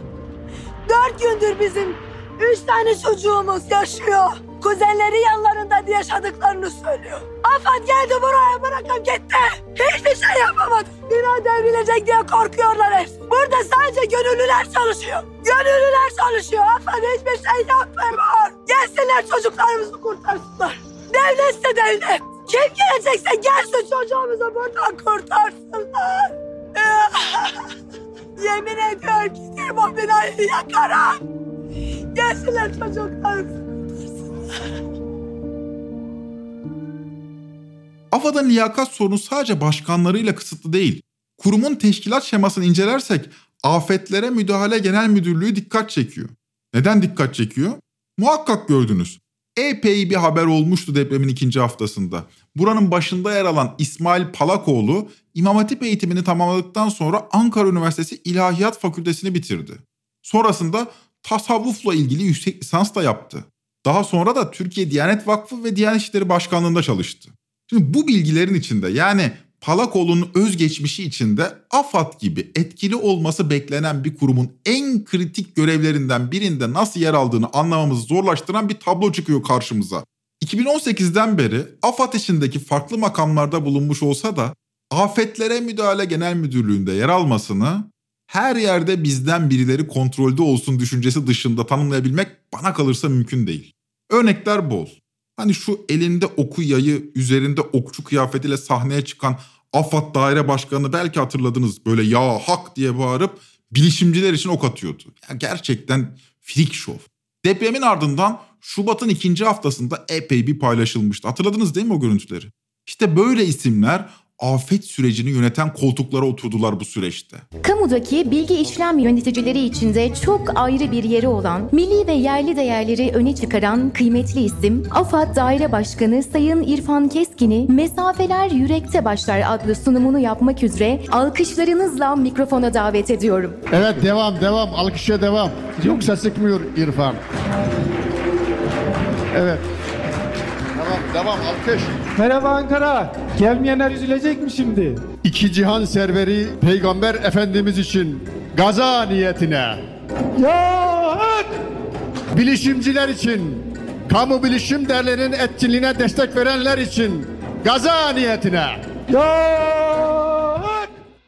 4 gündür bizim 3 tane çocuğumuz yaşıyor. Kuzenleri yanlarında yaşadıklarını söylüyor. AFAD geldi buraya bırakıp gitti. Hiçbir şey yapamadı. Bina devrilecek diye korkuyorlar hepsi. Burada sadece gönüllüler çalışıyor. Gönüllüler çalışıyor. AFAD hiçbir şey yapmıyor. Gelsinler çocuklarımızı kurtarsınlar. Devletse devlet. Kim gelecekse gelsin çocuğumuzu buradan kurtarsınlar. Yemin ediyorum giderim o binayı yakarım. Gelsinler çocuklarımızı. AFAD'ın liyakat sorunu sadece başkanlarıyla kısıtlı değil. Kurumun teşkilat şemasını incelersek Afetlere Müdahale Genel Müdürlüğü dikkat çekiyor. Neden dikkat çekiyor? Muhakkak gördünüz. Epey bir haber olmuştu depremin 2. haftasında. Buranın başında yer alan İsmail Palakoğlu İmam Hatip eğitimini tamamladıktan sonra Ankara Üniversitesi İlahiyat Fakültesini bitirdi. Sonrasında tasavvufla ilgili yüksek lisans da yaptı. Daha sonra da Türkiye Diyanet Vakfı ve Diyanet İşleri Başkanlığı'nda çalıştı. Şimdi bu bilgilerin içinde yani Palakoğlu'nun özgeçmişi içinde AFAD gibi etkili olması beklenen bir kurumun en kritik görevlerinden birinde nasıl yer aldığını anlamamızı zorlaştıran bir tablo çıkıyor karşımıza. 2018'den beri AFAD içindeki farklı makamlarda bulunmuş olsa da Afetlere Müdahale Genel Müdürlüğü'nde yer almasını her yerde bizden birileri kontrolde olsun düşüncesi dışında tanımlayabilmek bana kalırsa mümkün değil. Örnekler bol. Hani şu elinde oku yayı, üzerinde okçu kıyafetiyle sahneye çıkan AFAD daire başkanını belki hatırladınız. Böyle ya hak diye bağırıp bilişimciler için ok atıyordu. Ya gerçekten freak show. Depremin ardından Şubat'ın 2. haftasında epey bir paylaşılmıştı. Hatırladınız değil mi o görüntüleri? İşte böyle isimler afet sürecini yöneten koltuklara oturdular bu süreçte. Kamudaki bilgi işlem yöneticileri içinde çok ayrı bir yeri olan, milli ve yerli değerleri öne çıkaran kıymetli isim AFAD Daire Başkanı Sayın İrfan Keskin'i "Mesafeler Yürekte Başlar" adlı sunumunu yapmak üzere alkışlarınızla mikrofona davet ediyorum. Evet, devam. Alkışa devam. Yoksa sıkmıyor İrfan. Evet. Devam, alkış. Merhaba Ankara. Gelmeyenler üzülecek mi şimdi? İki cihan serveri Peygamber Efendimiz için gaza niyetine. Ya hak! Bilişimciler için, kamu bilişim derlerinin etkinliğine destek verenler için gaza niyetine. Ya hak!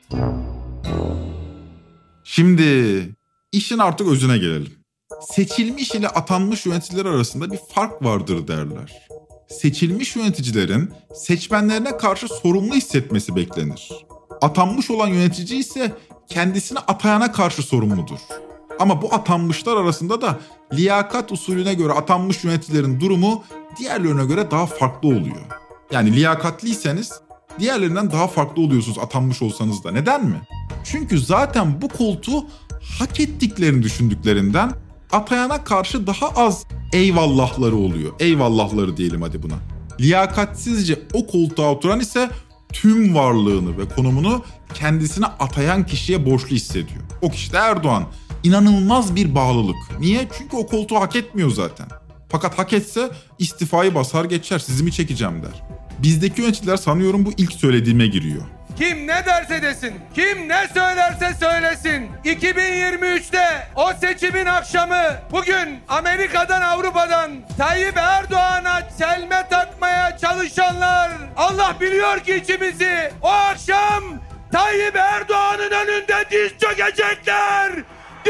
Şimdi işin artık özüne gelelim. Seçilmiş ile atanmış yöneticiler arasında bir fark vardır derler. Seçilmiş yöneticilerin seçmenlerine karşı sorumlu hissetmesi beklenir. Atanmış olan yönetici ise kendisini atayana karşı sorumludur. Ama bu atanmışlar arasında da liyakat usulüne göre atanmış yöneticilerin durumu diğerlerine göre daha farklı oluyor. Yani liyakatliyseniz diğerlerinden daha farklı oluyorsunuz atanmış olsanız da. Neden mi? Çünkü zaten bu koltuğu hak ettiklerini düşündüklerinden atayana karşı daha az eyvallahları oluyor. Eyvallahları diyelim hadi buna. Liyakatsizce o koltuğa oturan ise tüm varlığını ve konumunu kendisine atayan kişiye borçlu hissediyor. O kişi de Erdoğan. İnanılmaz bir bağlılık. Niye? Çünkü o koltuğu hak etmiyor zaten. Fakat hak etse istifayı basar geçer, sizi mi çekeceğim der. Bizdeki yöneticiler sanıyorum bu ilk söylediğime giriyor. Kim ne derse desin, kim ne söylerse söylesin. 2023'te o seçimin akşamı bugün Amerika'dan Avrupa'dan Tayyip Erdoğan'a çelme takmaya çalışanlar Allah biliyor ki içimizi o akşam Tayyip Erdoğan'ın önünde diz çökecekler.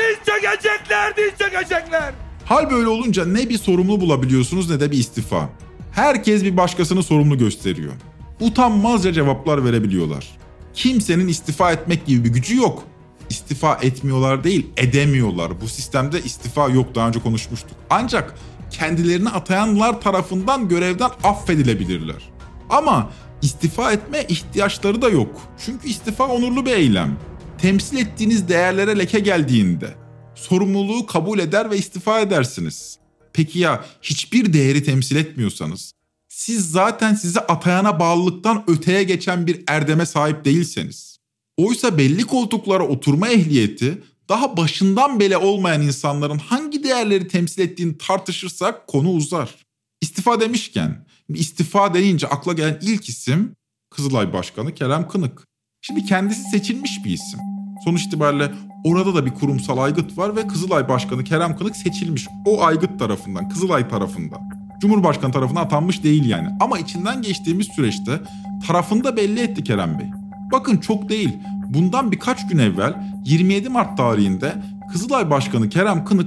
Diz çökecekler. Hal böyle olunca ne bir sorumlu bulabiliyorsunuz ne de bir istifa. Herkes bir başkasını sorumlu gösteriyor. Utanmazca cevaplar verebiliyorlar. Kimsenin istifa etmek gibi bir gücü yok. İstifa etmiyorlar değil, edemiyorlar. Bu sistemde istifa yok, daha önce konuşmuştuk. Ancak kendilerini atayanlar tarafından görevden affedilebilirler. Ama istifa etme ihtiyaçları da yok. Çünkü istifa onurlu bir eylem. Temsil ettiğiniz değerlere leke geldiğinde sorumluluğu kabul eder ve istifa edersiniz. Peki ya hiçbir değeri temsil etmiyorsanız? Siz zaten sizi atayana bağlılıktan öteye geçen bir erdeme sahip değilseniz. Oysa belli koltuklara oturma ehliyeti daha başından beri olmayan insanların hangi değerleri temsil ettiğini tartışırsak konu uzar. İstifa demişken, istifa deyince akla gelen ilk isim Kızılay Başkanı Kerem Kınık. Şimdi kendisi seçilmiş bir isim. Sonuç itibariyle orada da bir kurumsal aygıt var ve Kızılay Başkanı Kerem Kınık seçilmiş. O aygıt tarafından, Kızılay tarafından. Cumhurbaşkanı tarafına atanmış değil yani. Ama içinden geçtiğimiz süreçte tarafını da belli etti Kerem Bey. Bakın çok değil. Bundan birkaç gün evvel 27 Mart tarihinde Kızılay Başkanı Kerem Kınık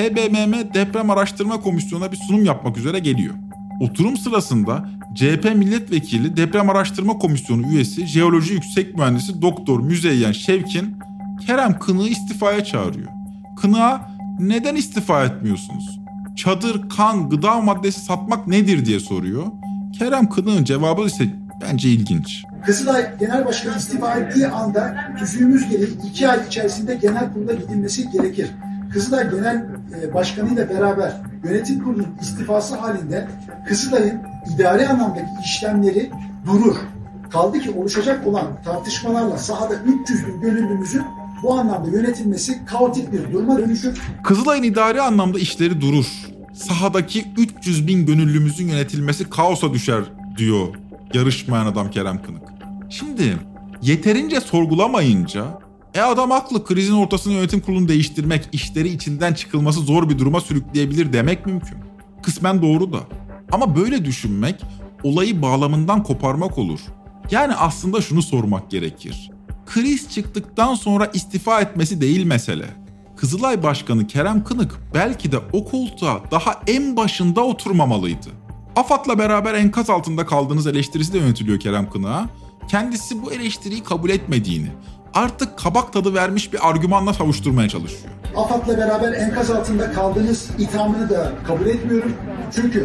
TBMM Deprem Araştırma Komisyonu'na bir sunum yapmak üzere geliyor. Oturum sırasında CHP Milletvekili Deprem Araştırma Komisyonu üyesi Jeoloji Yüksek Mühendisi Doktor Müzeyyen Şevkin Kerem Kınık'ı istifaya çağırıyor. Kınık'a neden istifa etmiyorsunuz? Çadır, kan, gıda maddesi satmak nedir diye soruyor. Kerem Kınık'ın cevabı ise bence ilginç. Kızılay Genel Başkanı istifa ettiği anda tüzüğümüz gereği 2 ay içerisinde genel kurula gidilmesi gerekir. Kızılay Genel Başkanı ile beraber yönetim kurulunun istifası halinde Kızılay'ın idari anlamdaki işlemleri durur. Kaldı ki oluşacak olan tartışmalarla sahada 300 bin gönüllümüzün bu anlamda yönetilmesi kaotik bir duruma dönüşür. Kızılay'ın idari anlamda işleri durur. Sahadaki 300 bin gönüllümüzün yönetilmesi kaosa düşer diyor yarışmayan adam Kerem Kınık. Şimdi yeterince sorgulamayınca adam haklı, krizin ortasında yönetim kurulunu değiştirmek, işleri içinden çıkılması zor bir duruma sürükleyebilir demek mümkün. Kısmen doğru da. Ama böyle düşünmek olayı bağlamından koparmak olur. Yani aslında şunu sormak gerekir. Kriz çıktıktan sonra istifa etmesi değil mesele. Kızılay Başkanı Kerem Kınık belki de o koltuğa daha en başında oturmamalıydı. AFAD'la beraber enkaz altında kaldığınız eleştirisi de yönetiliyor Kerem Kınık'a. Kendisi bu eleştiriyi kabul etmediğini, artık kabak tadı vermiş bir argümanla savuşturmaya çalışıyor. AFAD'la beraber enkaz altında kaldığınız ithamını da kabul etmiyorum. Çünkü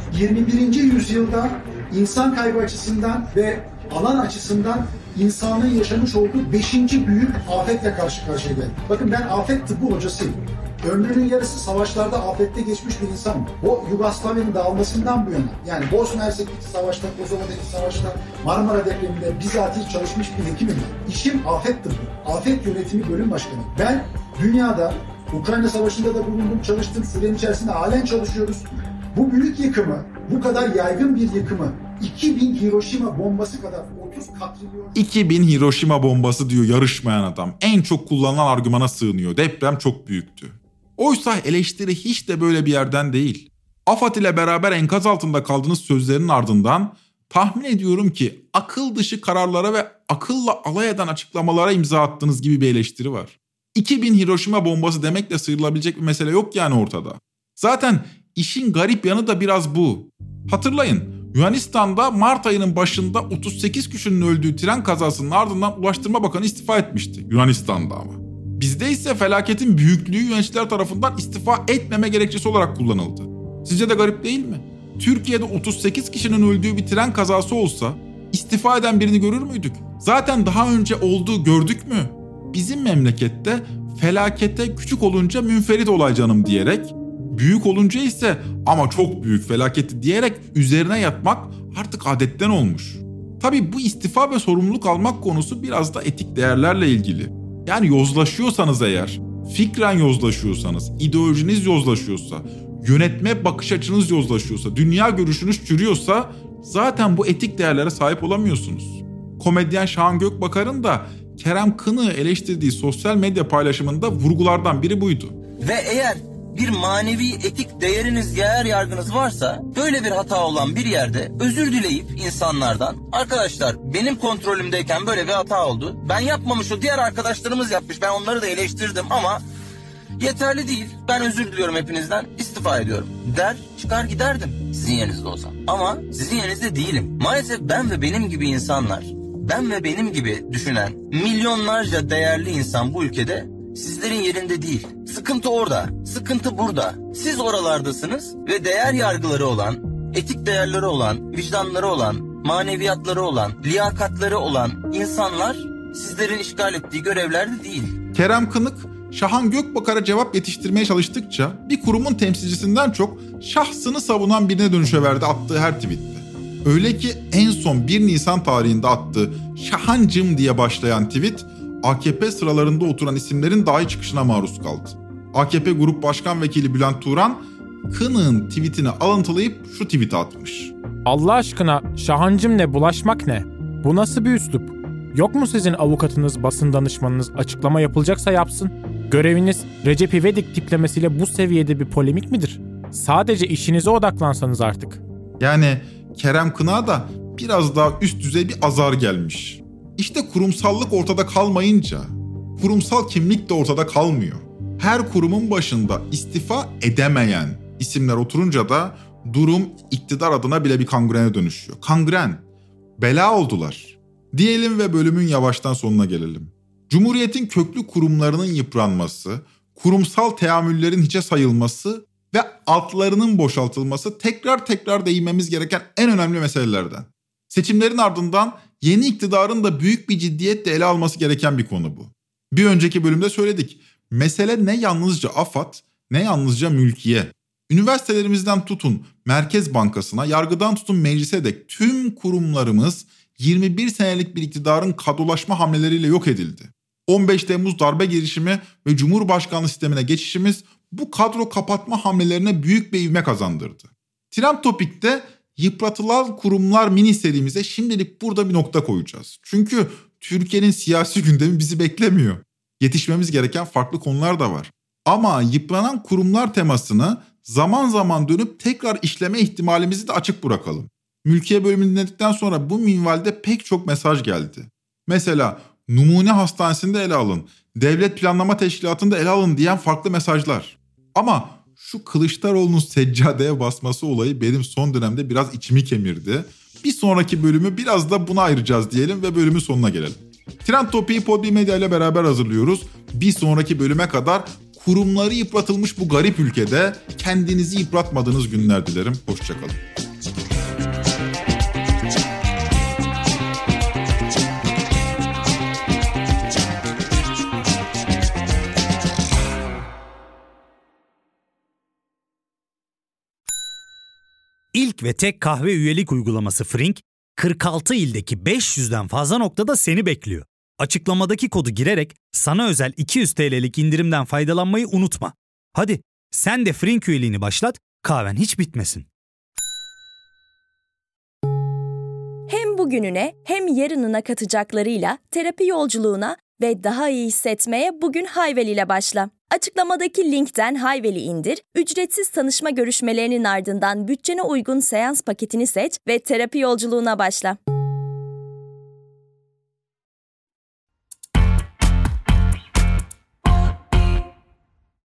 21. yüzyılda insan kaybı açısından ve alan açısından insanlığın yaşamış olduğu 5. büyük afetle karşı karşıya geldik. Bakın ben afet tıbbı hocasıyım. Ömrünün yarısı savaşlarda afette geçmiş bir insanım. O Yugoslavya'nın dağılmasından bu yana, yani Bosna Hersek'teki savaşta, Kosova'daki savaşta, Marmara depreminde bizatihi çalışmış bir hekimim. İşim afet tıbbı, afet yönetimi bölüm başkanı. Ben dünyada Ukrayna Savaşı'nda da bulundum, çalıştım, sürenin içerisinde halen çalışıyoruz. Bu büyük yıkımı, bu kadar yaygın bir yıkımı 2000 Hiroşima bombası kadar 30 katrilyon... 2000 Hiroşima bombası diyor yarışmayan adam. En çok kullanılan argümana sığınıyor. Deprem çok büyüktü. Oysa eleştiri hiç de böyle bir yerden değil. AFAD ile beraber enkaz altında kaldığınız sözlerinin ardından tahmin ediyorum ki akıl dışı kararlara ve akılla alay eden açıklamalara imza attığınız gibi bir eleştiri var. 2000 Hiroşima bombası demekle sıyrılabilecek bir mesele yok yani ortada. Zaten işin garip yanı da biraz bu. Hatırlayın, Yunanistan'da Mart ayının başında 38 kişinin öldüğü tren kazasının ardından Ulaştırma Bakanı istifa etmişti. Yunanistan'da ama. Bizde ise felaketin büyüklüğü yöneticiler tarafından istifa etmeme gerekçesi olarak kullanıldı. Sizce de garip değil mi? Türkiye'de 38 kişinin öldüğü bir tren kazası olsa istifa eden birini görür müydük? Zaten daha önce oldu, gördük mü? Bizim memlekette felakete küçük olunca münferit olay canım diyerek, büyük olunca ise ama çok büyük felaketi diyerek üzerine yatmak artık adetten olmuş. Tabii bu istifa ve sorumluluk almak konusu biraz da etik değerlerle ilgili. Yani yozlaşıyorsanız eğer, fikren yozlaşıyorsanız, ideolojiniz yozlaşıyorsa, yönetme bakış açınız yozlaşıyorsa, dünya görüşünüz çürüyorsa zaten bu etik değerlere sahip olamıyorsunuz. Komedyen Şahan Gökbakar'ın da Kerem Kınık'ı eleştirdiği sosyal medya paylaşımında vurgulardan biri buydu. Ve eğer bir manevi etik değeriniz, değer yargınız varsa böyle bir hata olan bir yerde özür dileyip insanlardan, arkadaşlar benim kontrolümdeyken böyle bir hata oldu. Ben yapmamışım, diğer arkadaşlarımız yapmış, ben onları da eleştirdim ama yeterli değil. Ben özür diliyorum hepinizden, istifa ediyorum der çıkar giderdim sizin yerinizde olsam. Ama sizin yerinizde değilim. Maalesef ben ve benim gibi insanlar, ben ve benim gibi düşünen milyonlarca değerli insan bu ülkede sizlerin yerinde değil. Sıkıntı orada, sıkıntı burada. Siz oralardasınız ve değer yargıları olan, etik değerleri olan, vicdanları olan, maneviyatları olan, liyakatları olan insanlar sizlerin işgal ettiği görevlerde değil. Kerem Kınık, Şahan Gökbakar'a cevap yetiştirmeye çalıştıkça bir kurumun temsilcisinden çok şahsını savunan birine dönüşüverdi attığı her tweette. Öyle ki en son 1 Nisan tarihinde attığı "Şahancım" diye başlayan tweet AKP sıralarında oturan isimlerin dahi çıkışına maruz kaldı. AKP Grup Başkan Vekili Bülent Turan, Kınık'ın tweetini alıntılayıp şu tweet'i atmış. Allah aşkına Şahancım ne, bulaşmak ne? Bu nasıl bir üslup? Yok mu sizin avukatınız, basın danışmanınız, açıklama yapılacaksa yapsın? Göreviniz Recep İvedik tiplemesiyle bu seviyede bir polemik midir? Sadece işinize odaklansanız artık. Yani Kerem Kınık'a da biraz daha üst düzey bir azar gelmiş. İşte kurumsallık ortada kalmayınca, kurumsal kimlik de ortada kalmıyor. Her kurumun başında istifa edemeyen isimler oturunca da durum iktidar adına bile bir kangrene dönüşüyor. Kangren, bela oldular. Diyelim ve bölümün yavaştan sonuna gelelim. Cumhuriyetin köklü kurumlarının yıpranması, kurumsal teamüllerin hiçe sayılması ve altlarının boşaltılması tekrar değinmemiz gereken en önemli meselelerden. Seçimlerin ardından yeni iktidarın da büyük bir ciddiyetle ele alması gereken bir konu bu. Bir önceki bölümde söyledik. Mesele ne yalnızca AFAD, ne yalnızca mülkiye. Üniversitelerimizden tutun Merkez Bankası'na, yargıdan tutun meclise dek tüm kurumlarımız 21 senelik bir iktidarın kadrolaşma hamleleriyle yok edildi. 15 Temmuz darbe girişimi ve Cumhurbaşkanlığı sistemine geçişimiz bu kadro kapatma hamlelerine büyük bir ivme kazandırdı. Trend Topik'te yıpratılan kurumlar mini serimize şimdilik burada bir nokta koyacağız. Çünkü Türkiye'nin siyasi gündemi bizi beklemiyor. Yetişmemiz gereken farklı konular da var. Ama yıpranan kurumlar temasını zaman zaman dönüp tekrar işleme ihtimalimizi de açık bırakalım. Mülkiye bölümünü dinledikten sonra bu minvalde pek çok mesaj geldi. Mesela numune hastanesinde ele alın, devlet planlama teşkilatında ele alın diyen farklı mesajlar. Ama şu Kılıçdaroğlu'nun seccadeye basması olayı benim son dönemde biraz içimi kemirdi. Bir sonraki bölümü biraz da buna ayıracağız diyelim ve bölümün sonuna gelelim. Trend Topi'yi Podbi Medya ile beraber hazırlıyoruz. Bir sonraki bölüme kadar kurumları yıpratılmış bu garip ülkede kendinizi yıpratmadığınız günler dilerim. Hoşçakalın. İlk ve tek kahve üyelik uygulaması Frink, 46 ildeki 500'den fazla noktada seni bekliyor. Açıklamadaki kodu girerek sana özel 200 TL'lik indirimden faydalanmayı unutma. Hadi sen de Frink üyeliğini başlat, kahven hiç bitmesin. Hem bugününe hem yarınına katacaklarıyla terapi yolculuğuna ve daha iyi hissetmeye bugün Hayvel ile başla. Açıklamadaki linkten Hayvel'i indir, ücretsiz tanışma görüşmelerinin ardından bütçene uygun seans paketini seç ve terapi yolculuğuna başla.